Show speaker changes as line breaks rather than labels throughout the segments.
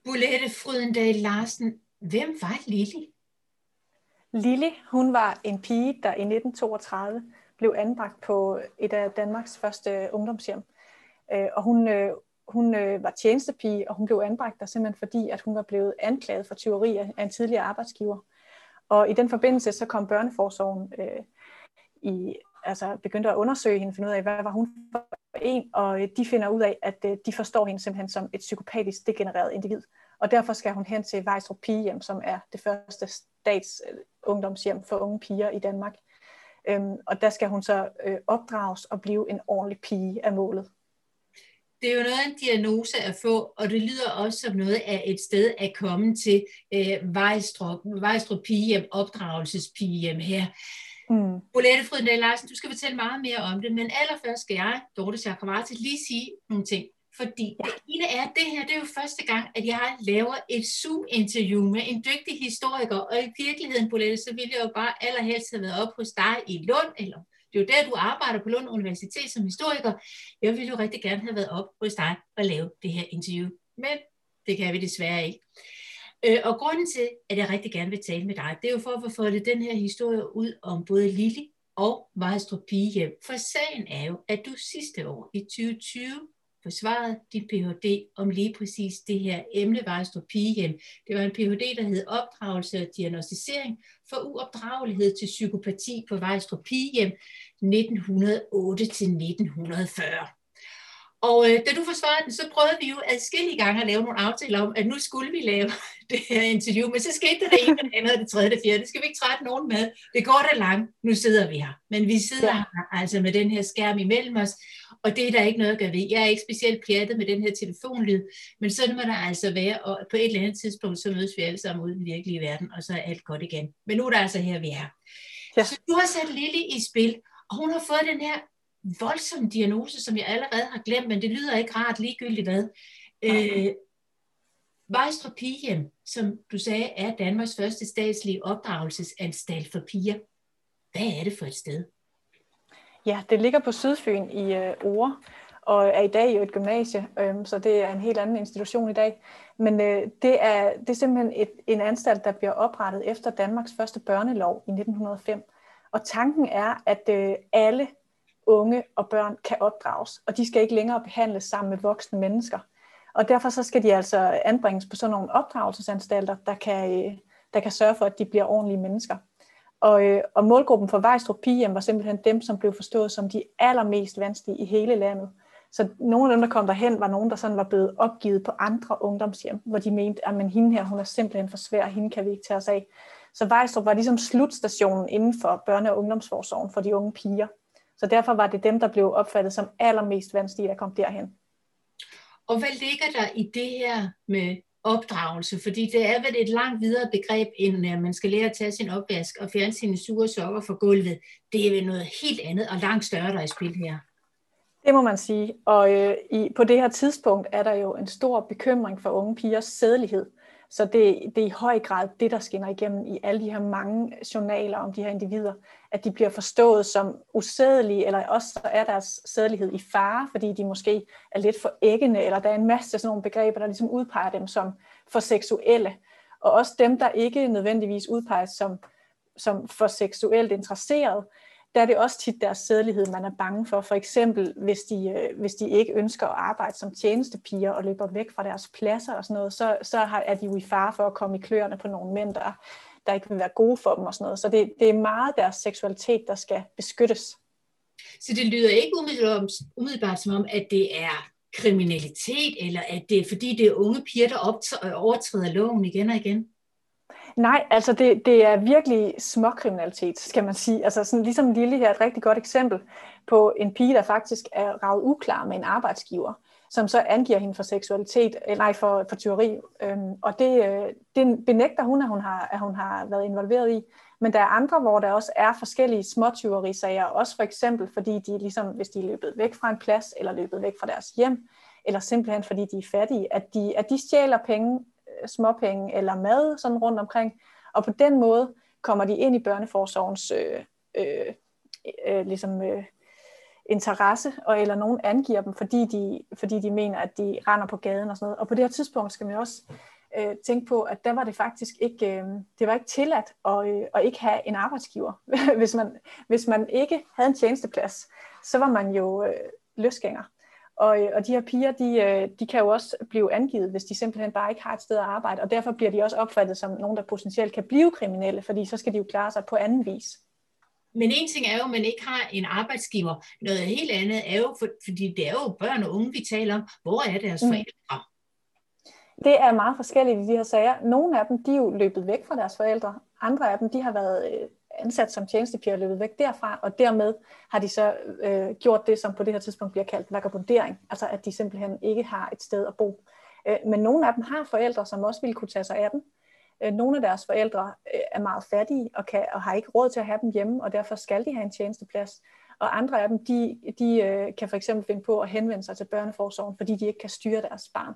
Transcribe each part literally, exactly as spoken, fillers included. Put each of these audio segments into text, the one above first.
Bolette Frydendal Larsen, hvem var Lili?
Lili, hun var en pige, der i nitten toogtredive blev anbragt på et af Danmarks første ungdomshjem. Og hun, hun var tjenestepige, og hun blev anbragt der simpelthen fordi, at hun var blevet anklaget for tyveri af en tidligere arbejdsgiver. Og i den forbindelse så kom børneforsorgen øh, i, altså begyndte at undersøge hende, finde ud af, hvad var hun for en, og de finder ud af, at de forstår hende simpelthen som et psykopatisk degenereret individ. Og derfor skal hun hen til Vejstrup Pigehjem, som er det første stats ungdomshjem for unge piger i Danmark. Øhm, og der skal hun så øh, opdrages og blive en ordentlig pige af målet.
Det er jo noget af en diagnose at få, og det lyder også som noget af et sted at komme til øh, Vejstrup, Vejstrup Pigehjem, opdragelsespigehjem her. Mm. Bolette Frydendal Larsen, du skal fortælle meget mere om det, men allerførst skal jeg, Dorte Chakravarty, lige sige nogle ting. Fordi ja. Det ene er, at det her det er jo første gang, at jeg laver et Zoom-interview med en dygtig historiker, og i virkeligheden, Bolette, så ville jeg jo bare allerhelst have været op hos dig i Lund, eller det er jo der, du arbejder på Lund Universitet som historiker. Jeg ville jo rigtig gerne have været op hos dig og lave det her interview, men det kan vi desværre ikke. Og grunden til, at jeg rigtig gerne vil tale med dig, det er jo for at få foldet den her historie ud om både Lili og Vejstrup Pigehjem. For sagen er jo, at du sidste år i tyve tyve forsvarede din P H D om lige præcis det her emne Vejstrup Pigehjem. Det var en P H D, der hed Opdragelse og Diagnostisering for uopdragelighed til psykopati på Vejstrup Pigehjem nitten hundrede og otte til nitten fyrre. Og øh, da du forsvarede den, så prøvede vi jo adskillige gange at lave nogle aftaler om, at nu skulle vi lave det her interview, men så skete der det ene, det andet, det tredje, det fjerde. Det skal vi ikke trætte nogen med. Det går da langt. Nu sidder vi her. Men vi sidder ja. her altså med den her skærm imellem os, og det er der ikke noget at gøre ved. Jeg er ikke specielt pjattet med den her telefonlyd, men sådan må der altså være, og på et eller andet tidspunkt, så mødes vi alle sammen ude i den virkelige verden, og så er alt godt igen. Men nu er der altså her, vi er. Ja. Så du har sat Lili i spil, og hun har fået den her voldsom diagnose, som jeg allerede har glemt, men det lyder ikke rart ligegyldigt hvad. Øh, Vejstrup Pigehjem, som du sagde, er Danmarks første statslige opdragelsesanstalt for piger. Hvad er det for et sted?
Ja, det ligger på Sydfyn i øh, Ore, og er i dag jo et gymnasie, øh, så det er en helt anden institution i dag. Men øh, det, er, det er simpelthen et, en anstalt, der bliver oprettet efter Danmarks første børnelov i nitten hundrede og fem. Og tanken er, at øh, alle unge og børn kan opdrages, og de skal ikke længere behandles sammen med voksne mennesker. Og derfor så skal de altså anbringes på sådan nogle opdragelsesanstalter, der kan, der kan sørge for, at de bliver ordentlige mennesker. Og, og målgruppen for Vejstrup Pigehjem var simpelthen dem, som blev forstået som de allermest vanskelige i hele landet. Så nogle af dem, der kom derhen, var nogen, der sådan var blevet opgivet på andre ungdomshjem, hvor de mente, at hende her, hun er simpelthen for svær, hende kan vi ikke tage os af. Så Vejstrup var ligesom slutstationen inden for børne- og ungdomsforsorgen for de unge piger. Så derfor var det dem, der blev opfattet som allermest vanskelige at komme derhen.
Og hvad ligger der i det her med opdragelse? Fordi det er vel et langt videre begreb, end at man skal lære at tage sin opvask og fjerne sine sure sokker fra gulvet. Det er vel noget helt andet og langt større, der er i spil her.
Det må man sige. Og øh, i, på det her tidspunkt er der jo en stor bekymring for unge pigers sædelighed. Så det, det er i høj grad det, der skinner igennem i alle de her mange journaler om de her individer, at de bliver forstået som usædelige, eller også så er deres sædelighed i fare, fordi de måske er lidt for æggende, eller der er en masse sådan nogle begreber, der ligesom udpeger dem som for seksuelle. Og også dem, der ikke nødvendigvis udpeges som, som for seksuelt interesseret, der er det også tit deres sædelighed, man er bange for. For eksempel, hvis de, hvis de ikke ønsker at arbejde som tjenestepiger og løber væk fra deres pladser og sådan noget, så, så er de jo i fare for at komme i kløerne på nogle mænd, der, der ikke vil være gode for dem og sådan noget. Så det, det er meget deres seksualitet, der skal beskyttes.
Så det lyder ikke umiddelbart, umiddelbart som om, at det er kriminalitet, eller at det er fordi det er unge piger, der overtræder loven igen og igen?
Nej, altså det, det er virkelig småkriminalitet, skal man sige. Altså sådan, ligesom Lili her er et rigtig godt eksempel på en pige, der faktisk er raget uklar med en arbejdsgiver, som så angiver hende for seksualitet, nej, for, for tyveri. Øhm, og det, det benægter hun, at hun, har, at hun har været involveret i. Men der er andre, hvor der også er forskellige småtyverisager, også for eksempel fordi de ligesom, hvis de er løbet væk fra en plads, eller løbet væk fra deres hjem, eller simpelthen fordi de er fattige, at de, at de stjæler penge, småpenge eller mad sådan rundt omkring, og på den måde kommer de ind i børneforsorgens øh, øh, øh, ligesom, øh, interesse, og eller nogen angiver dem, fordi de, fordi de mener, at de render på gaden og sådan noget. Og på det her tidspunkt skal man også øh, tænke på, at der var det faktisk ikke, øh, det var ikke tilladt at, øh, at ikke have en arbejdsgiver. hvis, man, hvis man ikke havde en tjenesteplads, så var man jo øh, løsgænger. Og, og de her piger, de, de kan jo også blive angivet, hvis de simpelthen bare ikke har et sted at arbejde, og derfor bliver de også opfattet som nogen, der potentielt kan blive kriminelle, fordi så skal de jo klare sig på anden vis.
Men en ting er jo, at man ikke har en arbejdsgiver. Noget helt andet er jo, for, fordi det er jo børn og unge, vi taler om. Hvor er deres forældre?
Det er meget forskelligt i de her sager. Nogle af dem, de er jo løbet væk fra deres forældre. Andre af dem, de har været ansat som tjenestepiger og løbet væk derfra, og dermed har de så øh, gjort det, som på det her tidspunkt bliver kaldt vagabondering, altså at de simpelthen ikke har et sted at bo. Øh, men nogle af dem har forældre, som også ville kunne tage sig af dem. Øh, nogle af deres forældre øh, er meget fattige og, kan, og har ikke råd til at have dem hjemme, og derfor skal de have en tjenesteplads. Og andre af dem, de, de øh, kan for eksempel finde på at henvende sig til børneforsorgen, fordi de ikke kan styre deres barn.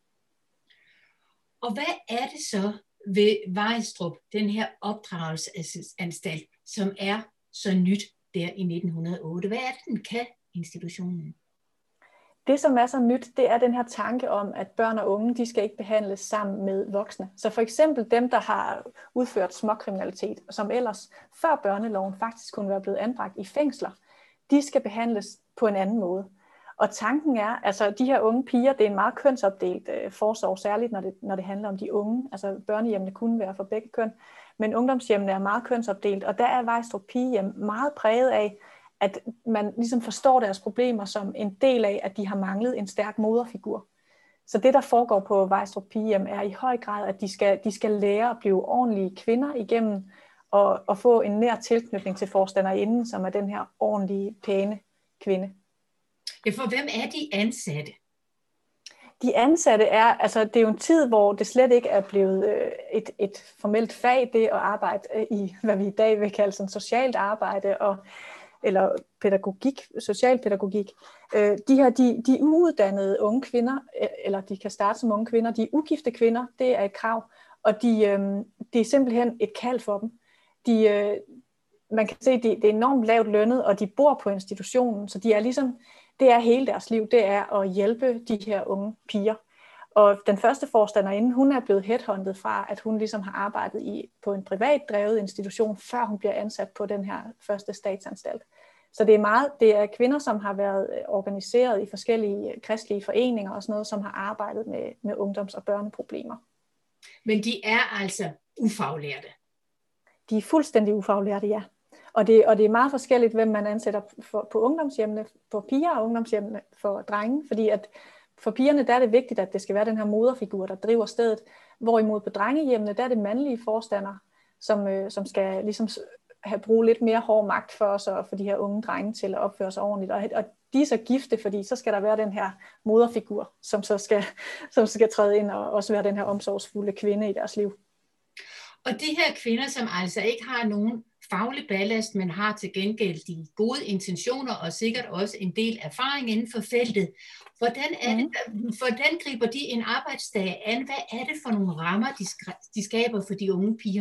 Og hvad er det så ved Vejstrup, den her opdragelsesanstalt, som er så nyt der i nitten hundrede og otte? Hvad er det, den kan, institutionen?
Det, som er så nyt, det er den her tanke om, at børn og unge, de skal ikke behandles sammen med voksne. Så for eksempel dem, der har udført småkriminalitet, som ellers før børneloven faktisk kunne være blevet anbragt i fængsler, de skal behandles på en anden måde. Og tanken er, altså de her unge piger, det er en meget kønsopdelt øh, forsorg, særligt når det, når det handler om de unge. Altså børnehjemmene kunne være for begge køn, men ungdomshjemmene er meget kønsopdelt, og der er Vejstrup Pigehjem meget præget af, at man ligesom forstår deres problemer som en del af, at de har manglet en stærk moderfigur. Så det, der foregår på Vejstrup Pigehjem, er i høj grad, at de skal, de skal lære at blive ordentlige kvinder igennem, og, og få en nær tilknytning til forstanderinden, som er den her ordentlige, pæne kvinde.
Ja, for hvem er de ansatte?
De ansatte er, altså det er jo en tid, hvor det slet ikke er blevet øh, et, et formelt fag, det at arbejde øh, i, hvad vi i dag vil kalde sådan socialt arbejde, og, eller pædagogik, socialpædagogik. Øh, de her, de, de uuddannede unge kvinder, øh, eller de kan starte som unge kvinder, de ugifte kvinder, det er et krav, og de, øh, det er simpelthen et kald for dem. De, øh, man kan se, at de, det er enormt lavt lønnet, og de bor på institutionen, så de er ligesom, det er hele deres liv, det er at hjælpe de her unge piger. Og den første forstanderinde, hun er blevet headhunted fra, at hun ligesom har arbejdet i, på en privat drevet institution, før hun bliver ansat på den her første statsanstalt. Så det er meget, det er kvinder, som har været organiseret i forskellige kristelige foreninger og sådan noget, som har arbejdet med, med ungdoms- og børneproblemer.
Men de er altså ufaglærte?
De er fuldstændig ufaglærte, ja. Og det, og det er meget forskelligt, hvem man ansætter for, på ungdomshjemmene, for piger og ungdomshjemmene for drenge, fordi at for pigerne, der er det vigtigt, at det skal være den her moderfigur, der driver stedet, hvorimod på drengehjemmene, der er det mandlige forstander, som, øh, som skal ligesom have brugt lidt mere hård magt for os og for de her unge drenge til at opføre sig ordentligt. Og, og de er så gifte, fordi så skal der være den her moderfigur, som så skal, som skal træde ind og også være den her omsorgsfulde kvinde i deres liv.
Og de her kvinder, som altså ikke har nogen faglig ballast, men har til gengæld de gode intentioner og sikkert også en del erfaring inden for feltet. Hvordan, er det, hvordan griber de en arbejdsdag an? Hvad er det for nogle rammer, de, de skaber for de unge piger?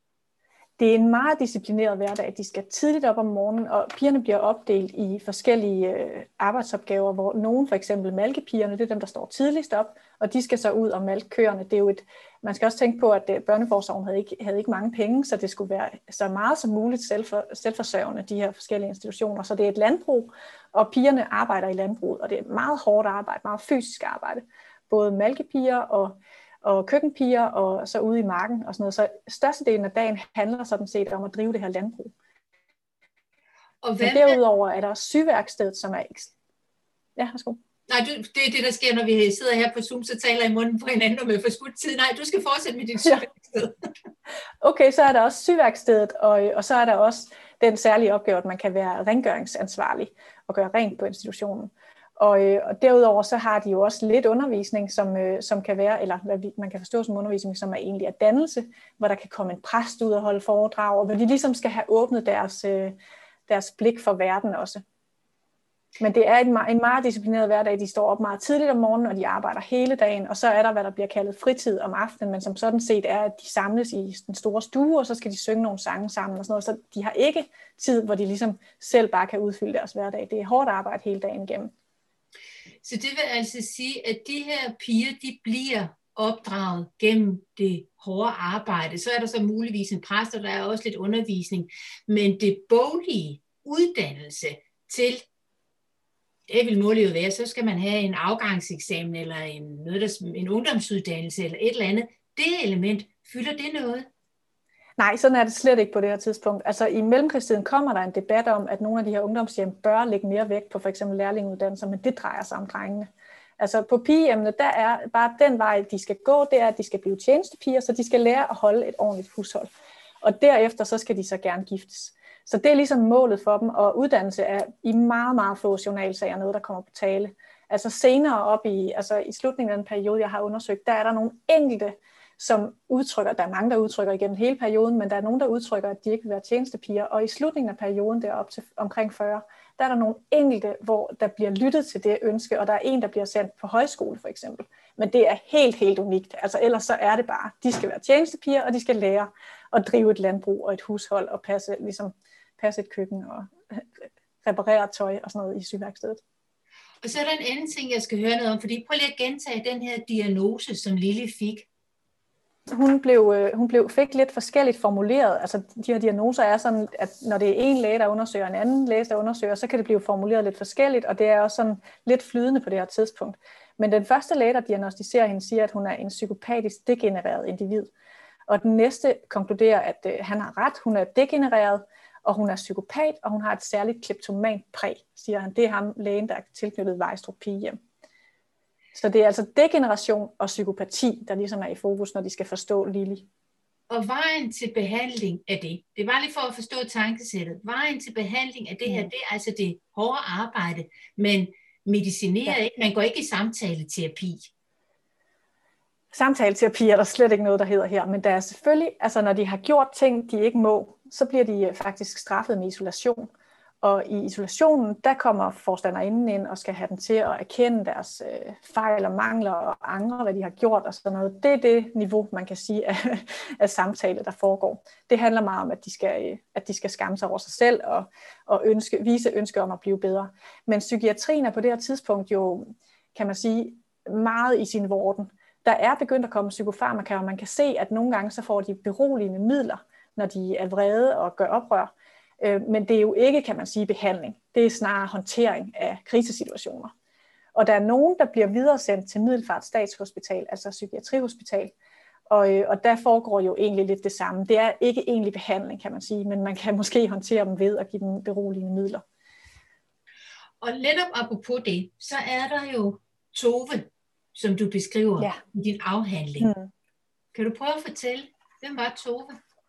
Det er en meget disciplineret hverdag. De skal tidligt op om morgenen, og pigerne bliver opdelt i forskellige øh, arbejdsopgaver, hvor nogen, for eksempel malkepigerne, det er dem, der står tidligst op, og de skal så ud og malke køerne. Det er jo et, man skal også tænke på, at øh, børneforsorgen havde ikke, havde ikke mange penge, så det skulle være så meget som muligt selvfor, selvforsørgende, de her forskellige institutioner. Så det er et landbrug, og pigerne arbejder i landbruget, og det er meget hårdt arbejde, meget fysisk arbejde. Både malkepiger og og køkkenpiger, og så ude i marken og sådan noget. Så størstedelen af dagen handler sådan set om at drive det her landbrug. Og hvad derudover er der syværkstedet, som er... Ja, værsgo.
Nej, du, det er det, der sker, når vi sidder her på Zoom, så taler i munden på hinanden og med forskudt tid. Nej, du skal fortsætte med dit syværksted.
Okay, så er der også syværkstedet, og, og så er der også den særlige opgave, at man kan være rengøringsansvarlig og gøre rent på institutionen. Og, øh, og derudover så har de jo også lidt undervisning, som, øh, som kan være, eller hvad vi, man kan forstå som undervisning, som er egentlig er dannelse, hvor der kan komme en præst ud og holde foredrag, og hvor de ligesom skal have åbnet deres, øh, deres blik for verden også. Men det er en, en meget disciplineret hverdag. De står op meget tidligt om morgenen, og de arbejder hele dagen, og så er der, hvad der bliver kaldet fritid om aftenen, men som sådan set er, at de samles i den store stue, og så skal de synge nogle sange sammen og sådan noget. Så de har ikke tid, hvor de ligesom selv bare kan udfylde deres hverdag. Det er hårdt arbejde hele dagen igennem.
Så det vil altså sige, at de her piger, de bliver opdraget gennem det hårde arbejde. Så er der så muligvis en præst, og der er også lidt undervisning. Men det boglige uddannelse til, det vil målet jo være, så skal man have en afgangseksamen, eller en, noget der, en ungdomsuddannelse, eller et eller andet. Det element, fylder det noget?
Nej, sådan er det slet ikke på det her tidspunkt. Altså i mellemkrigstiden kommer der en debat om, at nogle af de her ungdomshjem bør lægge mere vægt på for eksempel lærlingeuddannelser, men det drejer sig om drengene. Altså på pigehjemmene, der er bare den vej, de skal gå, det er, at de skal blive tjenestepiger, så de skal lære at holde et ordentligt hushold. Og derefter så skal de så gerne giftes. Så det er ligesom målet for dem, og uddannelse er i meget, meget få journalsager noget, der kommer på tale. Altså senere op i, altså i slutningen af den periode, jeg har undersøgt, der er der nogle enkelte, som udtrykker, der er mange, der udtrykker igennem hele perioden, men der er nogen, der udtrykker, at de ikke vil være tjenestepiger. Og i slutningen af perioden, der op til omkring fyrre, der er der nogle enkelte, hvor der bliver lyttet til det ønske, og der er en, der bliver sendt på højskole for eksempel. Men det er helt, helt unikt. Altså ellers så er det bare, de skal være tjenestepiger, og de skal lære at drive et landbrug og et hushold, og passe, ligesom, passe et køkken og reparere tøj og sådan noget i syværkstedet.
Og så er der en anden ting, jeg skal høre noget om, fordi prøv lige at gentage den her diagnose, som Lili fik.
Hun, blev, hun blev, fik lidt forskelligt formuleret. Altså de her diagnoser er sådan, at når det er en læge, der undersøger, en anden læge, der undersøger, så kan det blive formuleret lidt forskelligt, og det er også sådan lidt flydende på det her tidspunkt. Men den første læge, der diagnostiserer hende, siger, at hun er en psykopatisk degenereret individ. Og den næste konkluderer, at øh, han har ret, hun er degenereret, og hun er psykopat, og hun har et særligt kleptoman præg, siger han. Det er ham, lægen, der er tilknyttet Vejstrup Pigehjem. Så det er altså degeneration og psykopati, der ligesom er i fokus, når de skal forstå Lili.
Og vejen til behandling af det, det var lige for at forstå tankesættet, vejen til behandling af det her, mm. det er altså det hårde arbejde, men medicinerer ja. ikke, man går ikke i samtaleterapi.
Samtaleterapi er der slet ikke noget, der hedder her, men der er selvfølgelig, altså når de har gjort ting, de ikke må, så bliver de faktisk straffet med isolation. Og i isolationen, der kommer forstanderinden ind og skal have dem til at erkende deres øh, fejl og mangler og angre, hvad de har gjort og sådan noget. Det er det niveau, man kan sige, af, af samtale, der foregår. Det handler meget om, at de skal, øh, at de skal skamme sig over sig selv og, og ønske, vise ønske om at blive bedre. Men psykiatrien er på det her tidspunkt jo, kan man sige, meget i sin vorden. Der er begyndt at komme psykofarmaka, og man kan se, at nogle gange så får de beroligende midler, når de er vrede og gør oprør. Men det er jo ikke, kan man sige, behandling. Det er snarere håndtering af krisesituationer. Og der er nogen, der bliver videresendt til Middelfart Statshospital, altså psykiatrihospital. Og, og der foregår jo egentlig lidt det samme. Det er ikke egentlig behandling, kan man sige, men man kan måske håndtere dem ved at give dem beroligende midler.
Og netop apropos det, så er der jo Tove, som du beskriver ja. i din afhandling. Hmm. Kan du prøve at fortælle, hvem var Tove?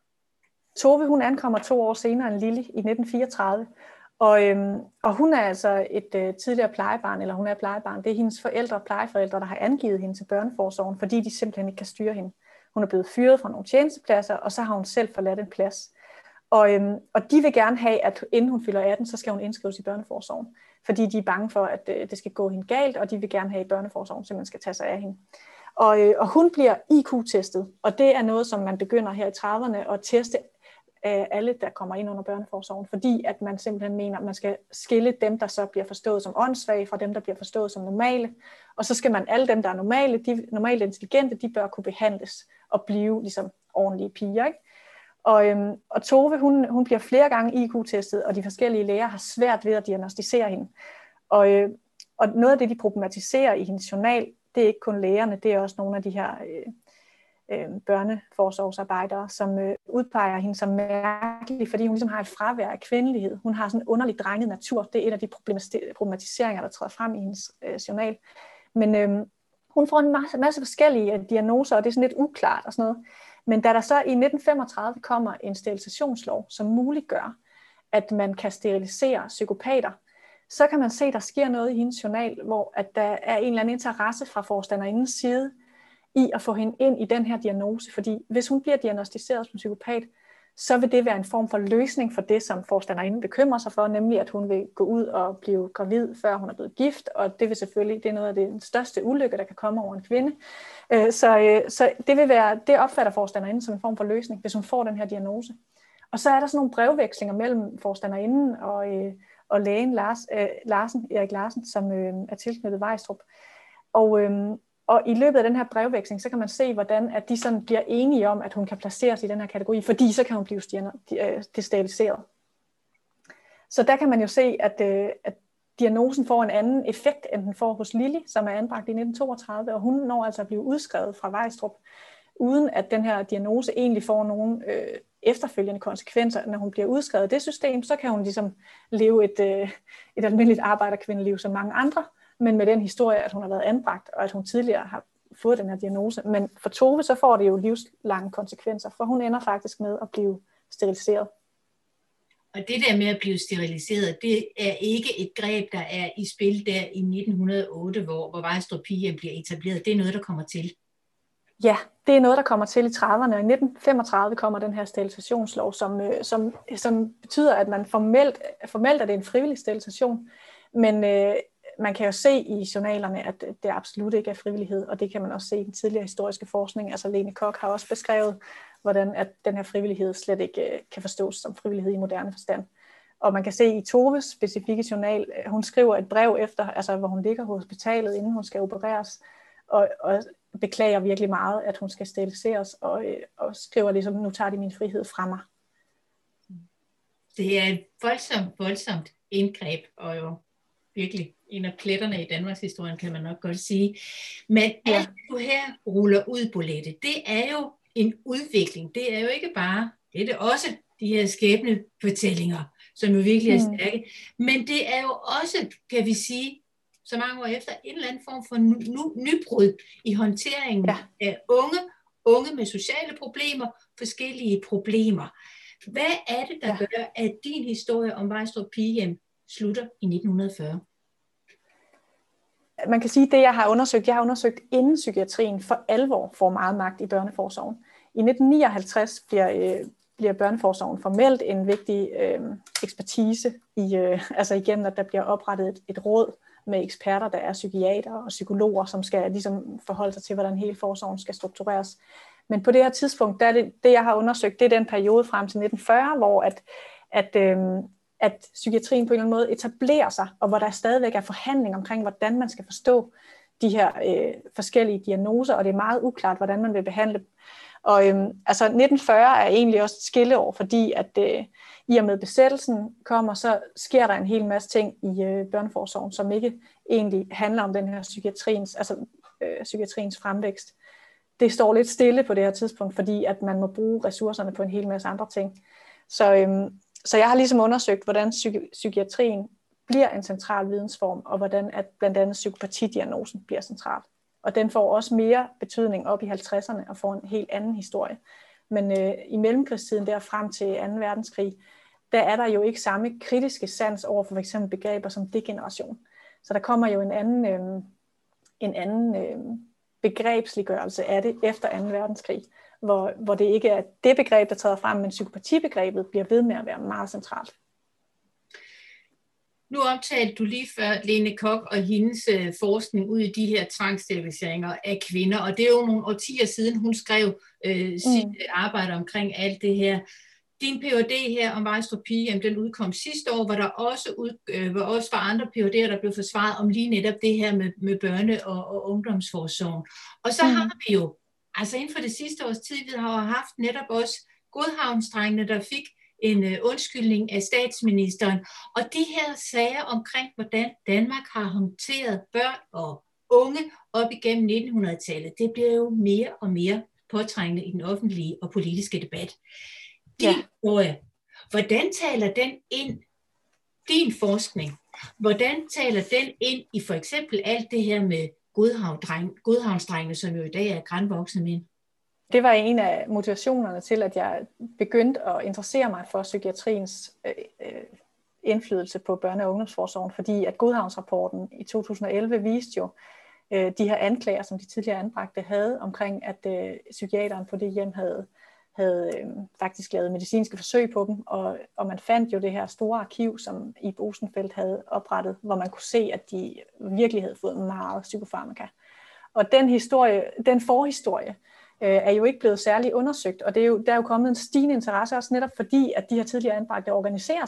Tove, hun ankommer to år senere end Lili i nitten fireogtredive, og, øhm, og hun er altså et øh, tidligere plejebarn, eller hun er plejebarn. Det er hendes forældre og plejeforældre, der har angivet hende til børneforsorgen, fordi de simpelthen ikke kan styre hende. Hun er blevet fyret fra nogle tjenestepladser, og så har hun selv forladt en plads. Og, øhm, og de vil gerne have, at inden hun fylder atten, så skal hun indskrives i børneforsorgen, fordi de er bange for, at øh, det skal gå hende galt, og de vil gerne have, at børneforsorgen simpelthen skal tage sig af hende. Og, øh, og hun bliver I Q-testet, og det er noget, som man begynder her i trediverne at teste af alle, der kommer ind under børneforsorgen, fordi at man simpelthen mener, at man skal skille dem, der så bliver forstået som åndssvage, fra dem, der bliver forstået som normale. Og så skal man, alle dem, der er normale, de normalt intelligente, de bør kunne behandles og blive ligesom ordentlige piger, ikke? Og, øhm, og Tove, hun, hun bliver flere gange I Q-testet, og de forskellige læger har svært ved at diagnostisere hende. Og, øh, og noget af det, de problematiserer i hendes journal, det er ikke kun lægerne, det er også nogle af de her øh, øh, børneforsorgsarbejdere, som øh, udpeger hende som mærkelig, fordi hun ligesom har et fravær af kvindelighed. Hun har sådan en underlig drenget natur. Det er en af de problematiseringer, der træder frem i hendes øh, journal. Men øh, hun får en masse, masse forskellige øh, diagnoser, og det er sådan lidt uklart og sådan noget. Men da der så i nitten femogtredive kommer en sterilisationslov, som muliggør, at man kan sterilisere psykopater, så kan man se, at der sker noget i hendes journal, hvor at der er en eller anden interesse fra forstanderindens side i at få hende ind i den her diagnose. Fordi hvis hun bliver diagnosticeret som psykopat, så vil det være en form for løsning for det, som forstanderinden bekymrer sig for, nemlig at hun vil gå ud og blive gravid, før hun er blevet gift, og det vil selvfølgelig, det er noget af det største ulykke, der kan komme over en kvinde. Så, så det vil være, det opfatter forstanderinden som en form for løsning, hvis hun får den her diagnose. Og så er der sådan nogle brevvekslinger mellem forstanderinden og, og lægen Lars, øh, Larsen, Erik Larsen, som øh, er tilknyttet Vejstrup. Og, øh, Og i løbet af den her brevveksling, så kan man se, hvordan at de sådan bliver enige om, at hun kan placeres i den her kategori, fordi så kan hun blive desteriliseret. Så der kan man jo se, at, at diagnosen får en anden effekt, end den får hos Lili, som er anbragt i nitten toogtredive, og hun når altså at blive udskrevet fra Vejstrup, uden at den her diagnose egentlig får nogen øh, efterfølgende konsekvenser. Når hun bliver udskrevet af det system, så kan hun ligesom leve et, øh, et almindeligt arbejderkvindeliv som mange andre, men med den historie, at hun har været anbragt, og at hun tidligere har fået den her diagnose. Men for Tove, så får det jo livslange konsekvenser, for hun ender faktisk med at blive steriliseret.
Og det der med at blive steriliseret, det er ikke et greb, der er i spil der i nitten hundrede og otte, hvor, hvor Vejstrup Pigehjem bliver etableret. Det er noget, der kommer til.
Ja, det er noget, der kommer til i trediverne, og i nitten femogtredive kommer den her sterilisationslov, som, som, som betyder, at man formelt, formelt er det en frivillig sterilisation, men øh, man kan jo se i journalerne, at det absolut ikke er frivillighed, og det kan man også se i den tidligere historiske forskning. Altså Lene Koch har også beskrevet, hvordan at den her frivillighed slet ikke kan forstås som frivillighed i moderne forstand. Og man kan se i Toves specifikke journal, hun skriver et brev efter, altså hvor hun ligger på hospitalet, inden hun skal opereres, og, og beklager virkelig meget, at hun skal steriliseres, og, og skriver ligesom, nu tager de min frihed fra mig.
Det er et voldsomt, voldsomt indgreb, og jo virkelig en af pletterne i Danmarks historien, kan man nok godt sige. Men ja. Alt du her ruller ud, Bolette, det er jo en udvikling. Det er jo ikke bare, det er det også, de her skæbnefortællinger, som jo virkelig er stærke. Mm. Men det er jo også, kan vi sige, så mange år efter, en eller anden form for ny- nybrud i håndteringen ja. Af unge, unge med sociale problemer, forskellige problemer. Hvad er det, der ja. Gør, at din historie om Vejstrup Pigehjem slutter i nitten fyrre?
Man kan sige, at det, jeg har undersøgt, jeg har undersøgt, inden psykiatrien for alvor får meget magt i børneforsorgen. I nitten nioghalvtreds bliver, øh, bliver børneforsorgen formelt en vigtig øh, ekspertise, i, øh, altså igennem, at der bliver oprettet et, et råd med eksperter, der er psykiater og psykologer, som skal ligesom forholde sig til, hvordan hele forsorgen skal struktureres. Men på det her tidspunkt, der er det, det, jeg har undersøgt, det er den periode frem til nitten fyrre, hvor at, at, øh, at psykiatrien på en eller anden måde etablerer sig, og hvor der stadigvæk er forhandling omkring, hvordan man skal forstå de her øh, forskellige diagnoser, og det er meget uklart, hvordan man vil behandle dem. Og øh, altså nitten fyrre er egentlig også et skilleår, fordi at øh, i og med besættelsen kommer, så sker der en hel masse ting i øh, børneforsorgen, som ikke egentlig handler om den her psykiatriens, altså øh, psykiatriens fremvækst. Det står lidt stille på det her tidspunkt, fordi at man må bruge ressourcerne på en hel masse andre ting. Så, øh, så jeg har ligesom undersøgt, hvordan psyki- psykiatrien bliver en central vidensform, og hvordan at blandt andet psykopatidiagnosen bliver central. Og den får også mere betydning op i halvtredserne og får en helt anden historie. Men øh, i mellemkrigstiden der frem til anden verdenskrig, der er der jo ikke samme kritiske sans over for f.eks. begreber som degeneration. Så der kommer jo en anden, øh, en anden øh, begrebsliggørelse af det efter anden verdenskrig, hvor, hvor det ikke er det begreb, der træder frem, men psykopatibegrebet bliver ved med at være meget centralt.
Nu omtalte du lige før Lene Koch og hendes øh, forskning ud i de her tvangssteriliseringer af kvinder, og det er jo nogle årtier siden, hun skrev øh, sit mm. arbejde omkring alt det her. Din P H D her om Vejstrup Pigehjem, den udkom sidste år, hvor der også, ud, øh, hvor også var andre P H D'er, der blev forsvaret om lige netop det her med, med børne- og, og ungdomsforsorgen. Og så mm. har vi jo, altså inden for det sidste års tid, vi har jo haft netop også Godhavnsdrengene, der fik en uh, undskyldning af statsministeren. Og de her sager omkring, hvordan Danmark har håndteret børn og unge op igennem nitten hundrede-tallet, det bliver jo mere og mere påtrængende i den offentlige og politiske debat. Din ja. historie, hvordan taler den ind, din forskning, hvordan taler den ind i for eksempel alt det her med Godhavnsdrengene, som jo i dag er grandvoksne mænd?
Det var en af motivationerne til, at jeg begyndte at interessere mig for psykiatriens øh, indflydelse på børne- og ungdomsforsorgen, fordi at Godhavnsrapporten i to tusind og elleve viste jo øh, de her anklager, som de tidligere anbragte havde, omkring at øh, psykiateren på det hjem havde, havde øh, faktisk lavet medicinske forsøg på dem, og, og man fandt jo det her store arkiv, som Ib Osenfeldt havde oprettet, hvor man kunne se, at de virkelig havde fået meget psykofarmaka. Og den historie, den forhistorie, er jo ikke blevet særlig undersøgt, og det er jo, der er jo kommet en stigende interesse også netop fordi, at de her tidligere anbragte organiserer sig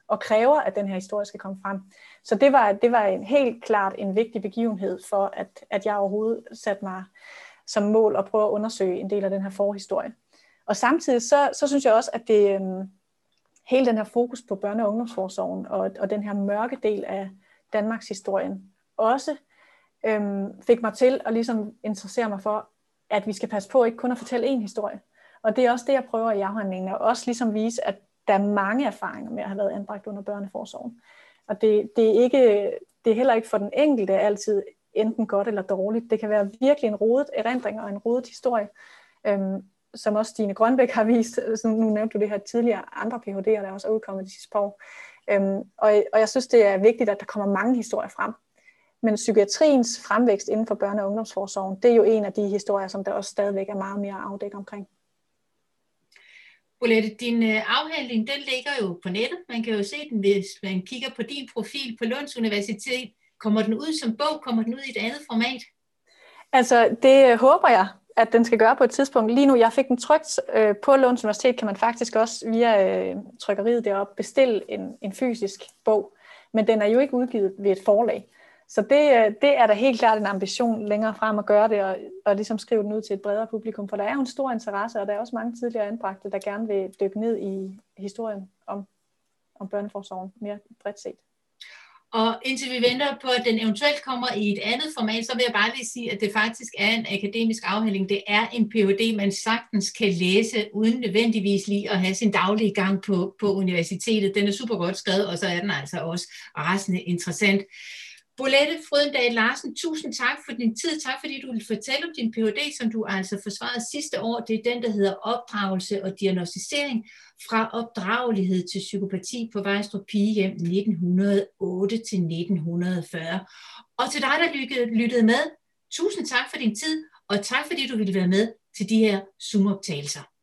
og kræver, at den her historie skal komme frem. Så det var, det var en, helt klart en vigtig begivenhed for, at, at jeg overhovedet satte mig som mål at prøve at undersøge en del af den her forhistorie. Og samtidig så, så synes jeg også, at det, øhm, hele den her fokus på børne- og ungdomsforsorgen og, og den her mørke del af Danmarks historien også øhm, fik mig til at ligesom interessere mig for, at vi skal passe på ikke kun at fortælle én historie. Og det er også det, jeg prøver i afhandlingen, og også ligesom vise, at der er mange erfaringer med at have været anbragt under børneforsorgen. Og det, det, er ikke, det er heller ikke for den enkelte altid enten godt eller dårligt. Det kan være virkelig en rodet erindring og en rodet historie, øhm, som også Stine Grønbæk har vist. Så nu nævnte du det her tidligere, andre P H D'er, der også er udkommet de sidste par år. Øhm, og, og jeg synes, det er vigtigt, at der kommer mange historier frem. Men psykiatriens fremvækst inden for børne- og ungdomsforsorgen, det er jo en af de historier, som der også stadigvæk er meget mere afdækket omkring.
Bolette, din afhandling, den ligger jo på nettet. Man kan jo se den, hvis man kigger på din profil på Lunds Universitet. Kommer den ud som bog? Kommer den ud i et andet format?
Altså, det håber jeg, at den skal gøre på et tidspunkt. Lige nu, jeg fik den trykt øh, på Lunds Universitet, kan man faktisk også via øh, trykkeriet deroppe bestille en, en fysisk bog. Men den er jo ikke udgivet ved et forlag. Så det, det er da helt klart en ambition længere frem at gøre det, og, og ligesom skrive den ud til et bredere publikum. For der er jo en stor interesse, og der er også mange tidligere anbragte, der gerne vil dykke ned i historien om, om børneforsorgen mere bredt set.
Og indtil vi venter på, at den eventuelt kommer i et andet format, så vil jeg bare lige sige, at det faktisk er en akademisk afhandling. Det er en P H D, man sagtens kan læse, uden nødvendigvis lige at have sin daglige gang på, på universitetet. Den er super godt skrevet, og så er den altså også rasende interessant. Bolette Frydendal Larsen, tusind tak for din tid. Tak fordi du vil fortælle om din P H D, som du altså forsvarede sidste år. Det er den, der hedder Opdragelse og diagnostisering fra opdragelighed til psykopati på Vejstrup Pigehjem nitten hundrede og otte til nitten fyrre. Og til dig, der lyttede med, tusind tak for din tid, og tak fordi du ville være med til de her Zoom-optagelser.